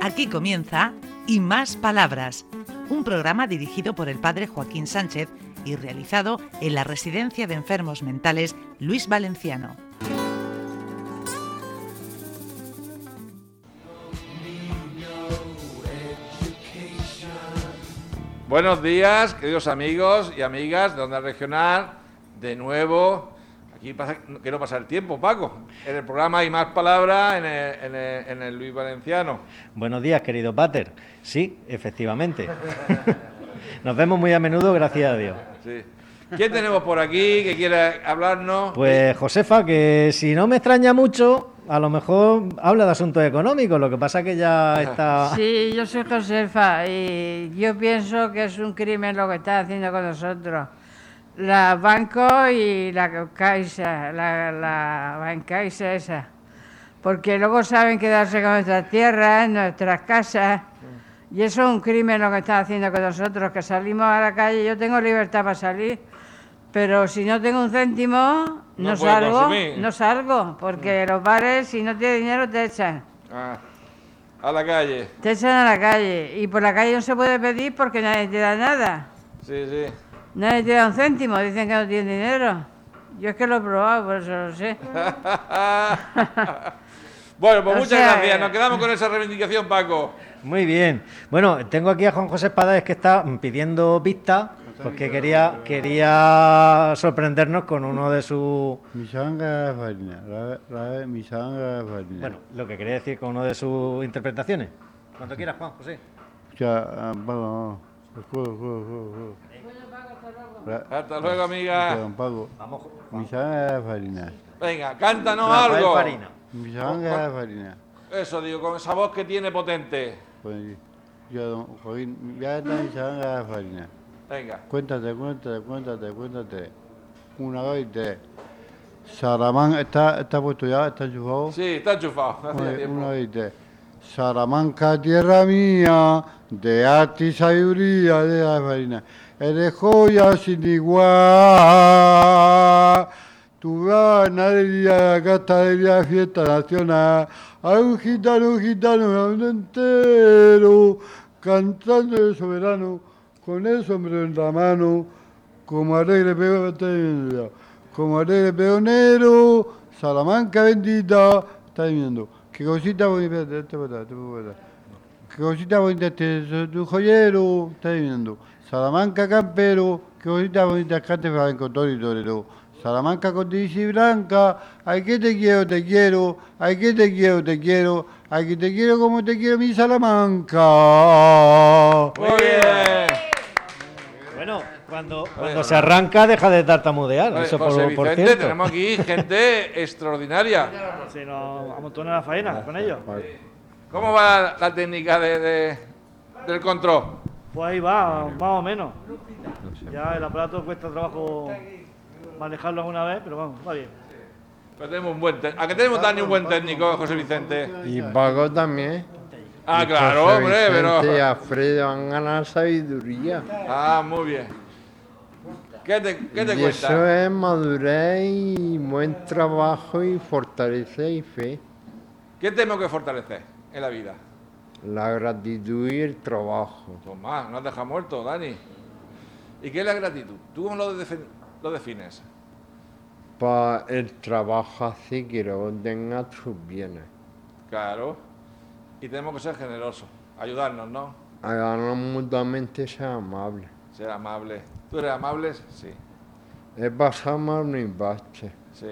Aquí comienza Y Más Palabras, un programa dirigido por el padre Joaquín Sánchez y realizado en la Residencia de Enfermos Mentales Luis Valenciano. Buenos días, queridos amigos y amigas de Onda Regional. De nuevo, aquí pasa que no pasa el tiempo, Paco. En el programa Hay Más Palabras en el Luis Valenciano. Buenos días, querido Pater. Sí, efectivamente. Nos vemos muy a menudo, gracias a Dios. Sí. ¿Quién tenemos por aquí que quiere hablarnos? Pues Josefa, que si no me extraña mucho, a lo mejor habla de asuntos económicos, lo que pasa que ya está... Sí, yo soy Josefa y yo pienso que es un crimen lo que está haciendo con nosotros. La banco y la Caixa, la Bancaixa esa. Porque luego saben quedarse con nuestras tierras, nuestras casas. Y eso es un crimen lo que están haciendo con nosotros, que salimos a la calle. Yo tengo libertad para salir, pero si no tengo un céntimo, no salgo, porque los bares, si no tienes dinero, te echan. A la calle. Te echan a la calle. Y por la calle no se puede pedir porque nadie te da nada. Sí, sí. Nadie te da un céntimo, dicen que no tienen dinero. Yo es que lo he probado, por eso lo sé. Bueno, pues muchas gracias. Nos quedamos con esa reivindicación, Paco. Muy bien. Bueno, tengo aquí a Juan José Espadares, que está pidiendo pistas, porque quería sorprendernos con uno de sus... Misanga farina, misanga farina. Bueno, lo que quería decir con uno de sus interpretaciones. Cuando quieras, Juan José. Ya, vamos. Hasta luego, amiga. Vamos, Misanga farina. Venga, cántanos Rafael algo. Farina. Misanga farina. Eso digo, con esa voz que tiene potente. Pues yo, don Joaquín, ya está misanga farina. Venga. Cuéntate. Una, dos y tres. Salamanca, ¿está puesto ya? ¿Está enchufado? Sí, está enchufado. Hacía tiempo. Una, dos y tres. Salamanca, tierra mía, de arte y sabiduría de la farina. Eres joya sin igual. Tu gran alegría, castadería, fiesta nacional. Hay un gitano, el mundo entero, cantando el soberano, con el sombrero en la mano, como alegre peonero, Salamanca bendita, está viendo. Qué cosita bonita, qué cosita bonita tu joyero, está viendo. Salamanca campero, qué cosita bonita, cante flamenco, torero. Salamanca con y blanca, ay que te quiero, ay que te quiero, ay que te quiero como te quiero mi Salamanca. Muy bien. Bueno, cuando se arranca deja de tartamudear. Vale, eso José por Vicente, cierto. tenemos aquí gente extraordinaria. Si nos amontonan la faena con ellos. ¿Cómo va la técnica del control? Pues ahí va, más o menos. Ya el aparato cuesta trabajo manejarlo alguna vez, pero vamos, va bien. Pues tenemos ¿A qué tenemos Dani un buen técnico, José Vicente? Y Paco también. Ah, Y claro, José hombre, Vicente pero... y Alfredo han ganado sabiduría. Ah, muy bien. ¿Qué te Y cuentas? eso es madurez y buen trabajo y fortaleza y fe. ¿Qué tenemos que fortalecer en la vida? La gratitud y el trabajo. Tomás, no has dejado muerto, Dani. ¿Y qué es la gratitud? ¿Tú cómo lo defines? Para el trabajo hace que luego tenga sus bienes. Claro. Y tenemos que ser generosos, ayudarnos, ¿no? Háganos mutuamente ser amables. Ser amables. ¿Tú eres amable? Sí. Es pasar mal no baste. Sí.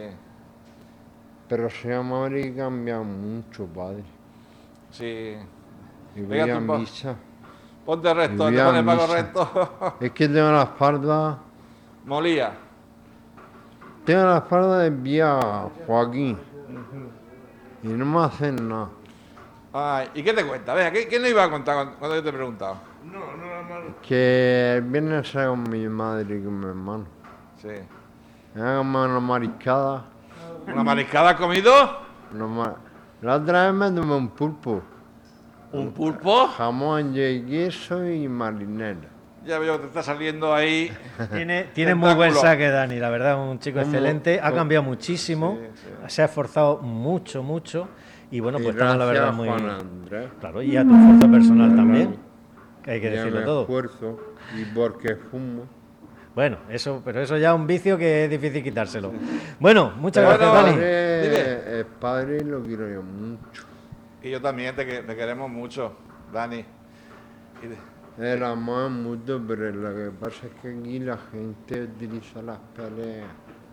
Pero ser amable y cambia mucho, padre. Sí. Y voy Venga, a tú, misa. Ponte recto, Y te voy a pones Paco misa. recto. Es que tengo la espalda... Molía. Tengo la espalda de vía Joaquín. Y no me hacen nada. Ay, ¿y qué te cuenta? Venga, ¿qué nos iba a contar cuando yo te he preguntado? Que el viernes salgo con mi madre y con mi hermano. Sí. Hagamos una mariscada. ¿Una mariscada has comido? La otra vez me tomé un pulpo. ¿Un pulpo? Jamón y queso y marinera. Ya veo que te está saliendo ahí. Tiene muy buen saque, Dani, la verdad, un chico excelente. Ha cambiado muchísimo, se ha esforzado mucho. Y bueno, Y pues estamos la verdad muy... gracias, Juan Andrés. Claro, y a tu esfuerzo personal también, que hay que Ya decirlo me todo. esfuerzo y porque fumo. Bueno, pero eso ya es un vicio que es difícil quitárselo. Bueno, muchas Bueno, gracias, Dani. Dime. Es padre y lo quiero yo mucho. Y yo también te queremos mucho, Dani. Y de- El amor mucho, pero lo que pasa es que aquí la gente utiliza las peleas.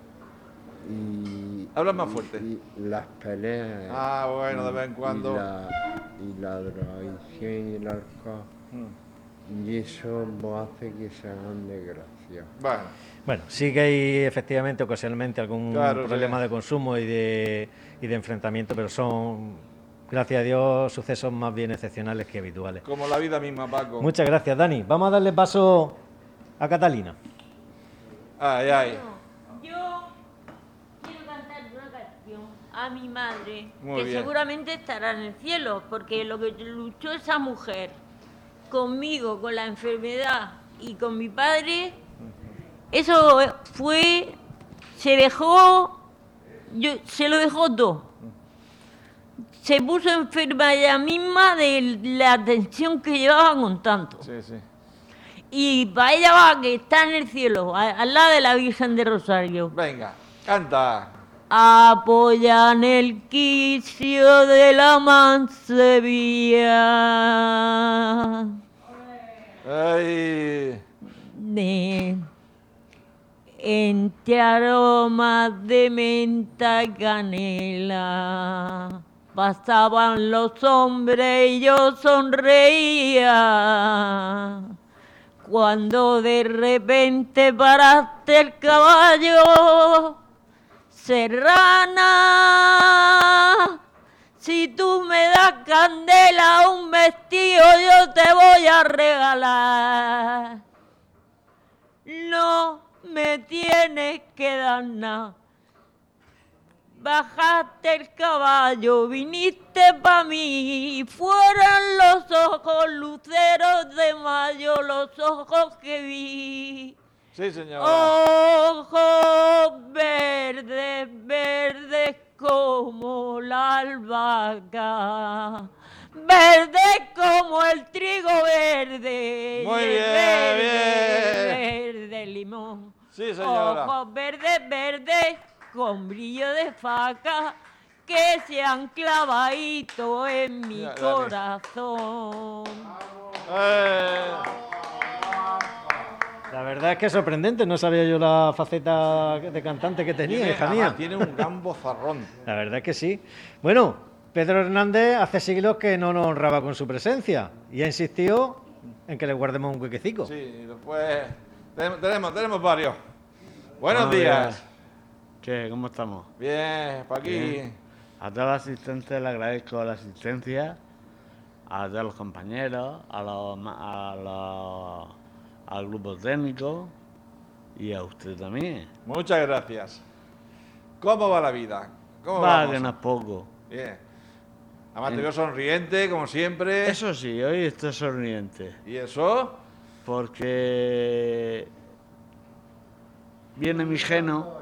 Y, Habla más fuerte. y las peleas. Ah, bueno, de vez en cuando. Y la drogadicción y el alcohol. Y eso hace que se hagan desgracias. Bueno, Bueno, sí que hay efectivamente ocasionalmente algún Claro, problema sí. de consumo y de enfrentamiento, pero son, gracias a Dios, sucesos más bien excepcionales que habituales. como la vida misma, Paco. Muchas gracias, Dani. Vamos a darle paso a Catalina. Ay, ay. Yo quiero cantar una canción a mi madre, Muy que bien. seguramente estará en el cielo, porque lo que luchó esa mujer conmigo, con la enfermedad y con mi padre, eso fue, se lo dejó todo. Se puso enferma ella misma de la tensión que llevaba con tanto. Sí, sí. Y para ella va que está en el cielo, al lado de la Virgen de Rosario. Venga, canta. Apoyan el quicio de la mancebía. Ay. Entre aromas de menta y canela. Pasaban los hombres y yo sonreía. Cuando de repente paraste el caballo, Serrana, si tú me das candela, un vestido yo te voy a regalar. No me tienes que dar nada. Bajaste el caballo, viniste pa' mí, fueron los ojos luceros de mayo, los ojos que vi. Sí, señora. Ojos verdes, verdes como la albahaca, verdes como el trigo verde. Muy y el bien, verde, verde limón. Sí, señora. Ojos verdes, verdes con brillo de faca que se han clavadito en mi Ya, Dani. corazón. La verdad es que es sorprendente, no sabía yo la faceta de cantante que tenía, hija mía. Tiene un gran bozarrón. La verdad es que sí. Bueno, Pedro Hernández hace siglos que no nos honraba con su presencia y ha insistido en que le guardemos un huequecico. Sí, y después tenemos varios. Buenos Buenos días. días. ¿Qué? ¿Cómo estamos? Bien, pa' aquí. Bien. A todos los asistentes le agradezco la asistencia, a todos los compañeros, al grupo técnico y a usted también. Muchas gracias. ¿Cómo va la vida? ¿Cómo Va, vamos? que no es poco. Bien. Además te veo sonriente, como siempre. Eso sí, hoy estoy sonriente, ¿Y eso? porque viene mi geno,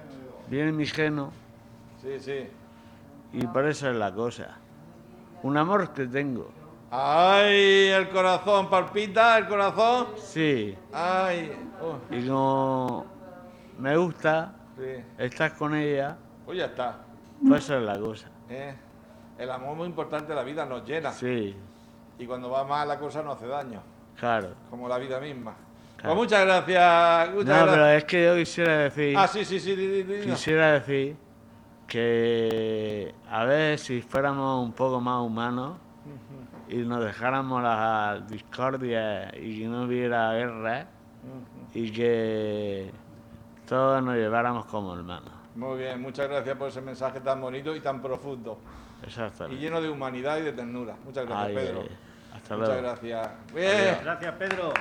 Sí, sí. y por eso es la cosa. Un amor que tengo, ¡Ay! El corazón palpita, el corazón. sí, ¡Ay! y como me gusta Sí. estar con ella, Pues ya está. pues eso es la cosa. El amor es muy importante en la vida, nos llena. Sí, Y cuando va mal la cosa no hace daño, claro. como la vida misma. Claro. Pues muchas gracias. Muchas No, pero gracias. es que yo quisiera decir, Ah, sí, di, no. quisiera decir que a ver si fuéramos un poco más humanos y nos dejáramos las discordias y que no hubiera guerra y que todos nos lleváramos como hermanos. Muy bien, muchas gracias por ese mensaje tan bonito y tan profundo. Y Exactamente. lleno de humanidad y de ternura. Muchas gracias, Ay, Pedro. hasta Muchas luego. gracias. Bien. Gracias, Pedro.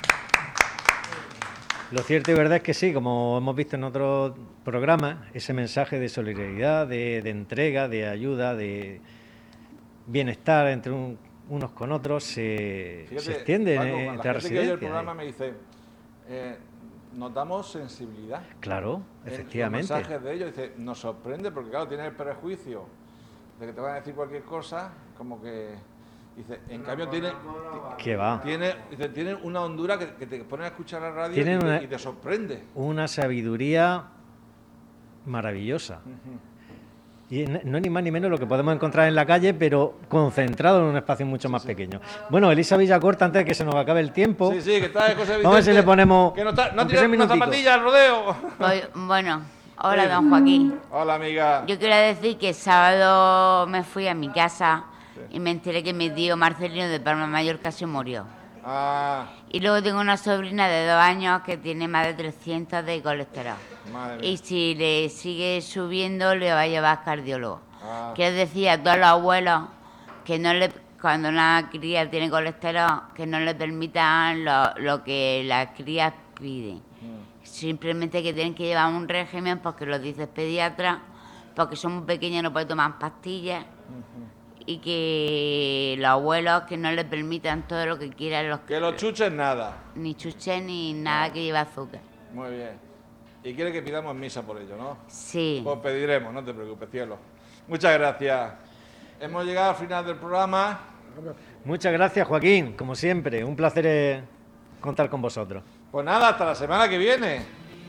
Lo cierto y verdad es que sí, como hemos visto en otros programas, ese mensaje de solidaridad, de entrega, de ayuda, de bienestar entre unos con otros se extiende Paco, entre la las gente que oye el residencias. programa me dice, notamos sensibilidad. Claro, En efectivamente. los mensajes de ellos, dice, nos sorprende porque claro, tienen el prejuicio de que te van a decir cualquier cosa, como que dice, en cambio tiene ¿Qué va? Tiene una hondura que te pones a escuchar la radio y te sorprende. Una sabiduría maravillosa. Y no es ni más ni menos lo que podemos encontrar en la calle, pero concentrado en un espacio mucho más pequeño. Bueno, Elisa Villacorta, antes de que se nos acabe el tiempo, Sí, que está de José Vicente. vamos a ver si le ponemos... Que no aunque tira sea un una minutico. zapatilla al rodeo. Bueno, hola, don Joaquín. Hola, amiga. Yo quiero decir que el sábado me fui a mi casa y me enteré que mi tío Marcelino de Palma de Mallorca se murió. Ah, Y luego tengo una sobrina de 2 años que tiene más de 300 de colesterol. madre mía. Y si le sigue subiendo, le va a llevar al cardiólogo. Ah. Quiero decir a todos los abuelos que cuando una cría tiene colesterol, que no le permitan lo que las crías piden. Simplemente que tienen que llevar un régimen porque lo dice el pediatra, porque son muy pequeños, no pueden tomar pastillas. Y que los abuelos que no le permitan todo lo que quieran, Que los chuches nada. ni chuches ni nada que lleve azúcar. Muy bien. Y quiere que pidamos misa por ello, ¿no? Sí. Pues pediremos, no te preocupes, cielo. Muchas gracias. Hemos llegado al final del programa. Muchas gracias, Joaquín. Como siempre, un placer contar con vosotros. Pues nada, hasta la semana que viene.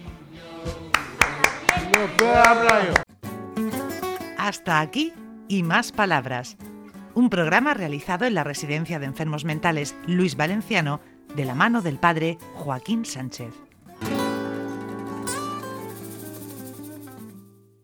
Hasta aquí y más palabras. Un programa realizado en la Residencia de Enfermos Mentales Luis Valenciano de la mano del padre Joaquín Sánchez.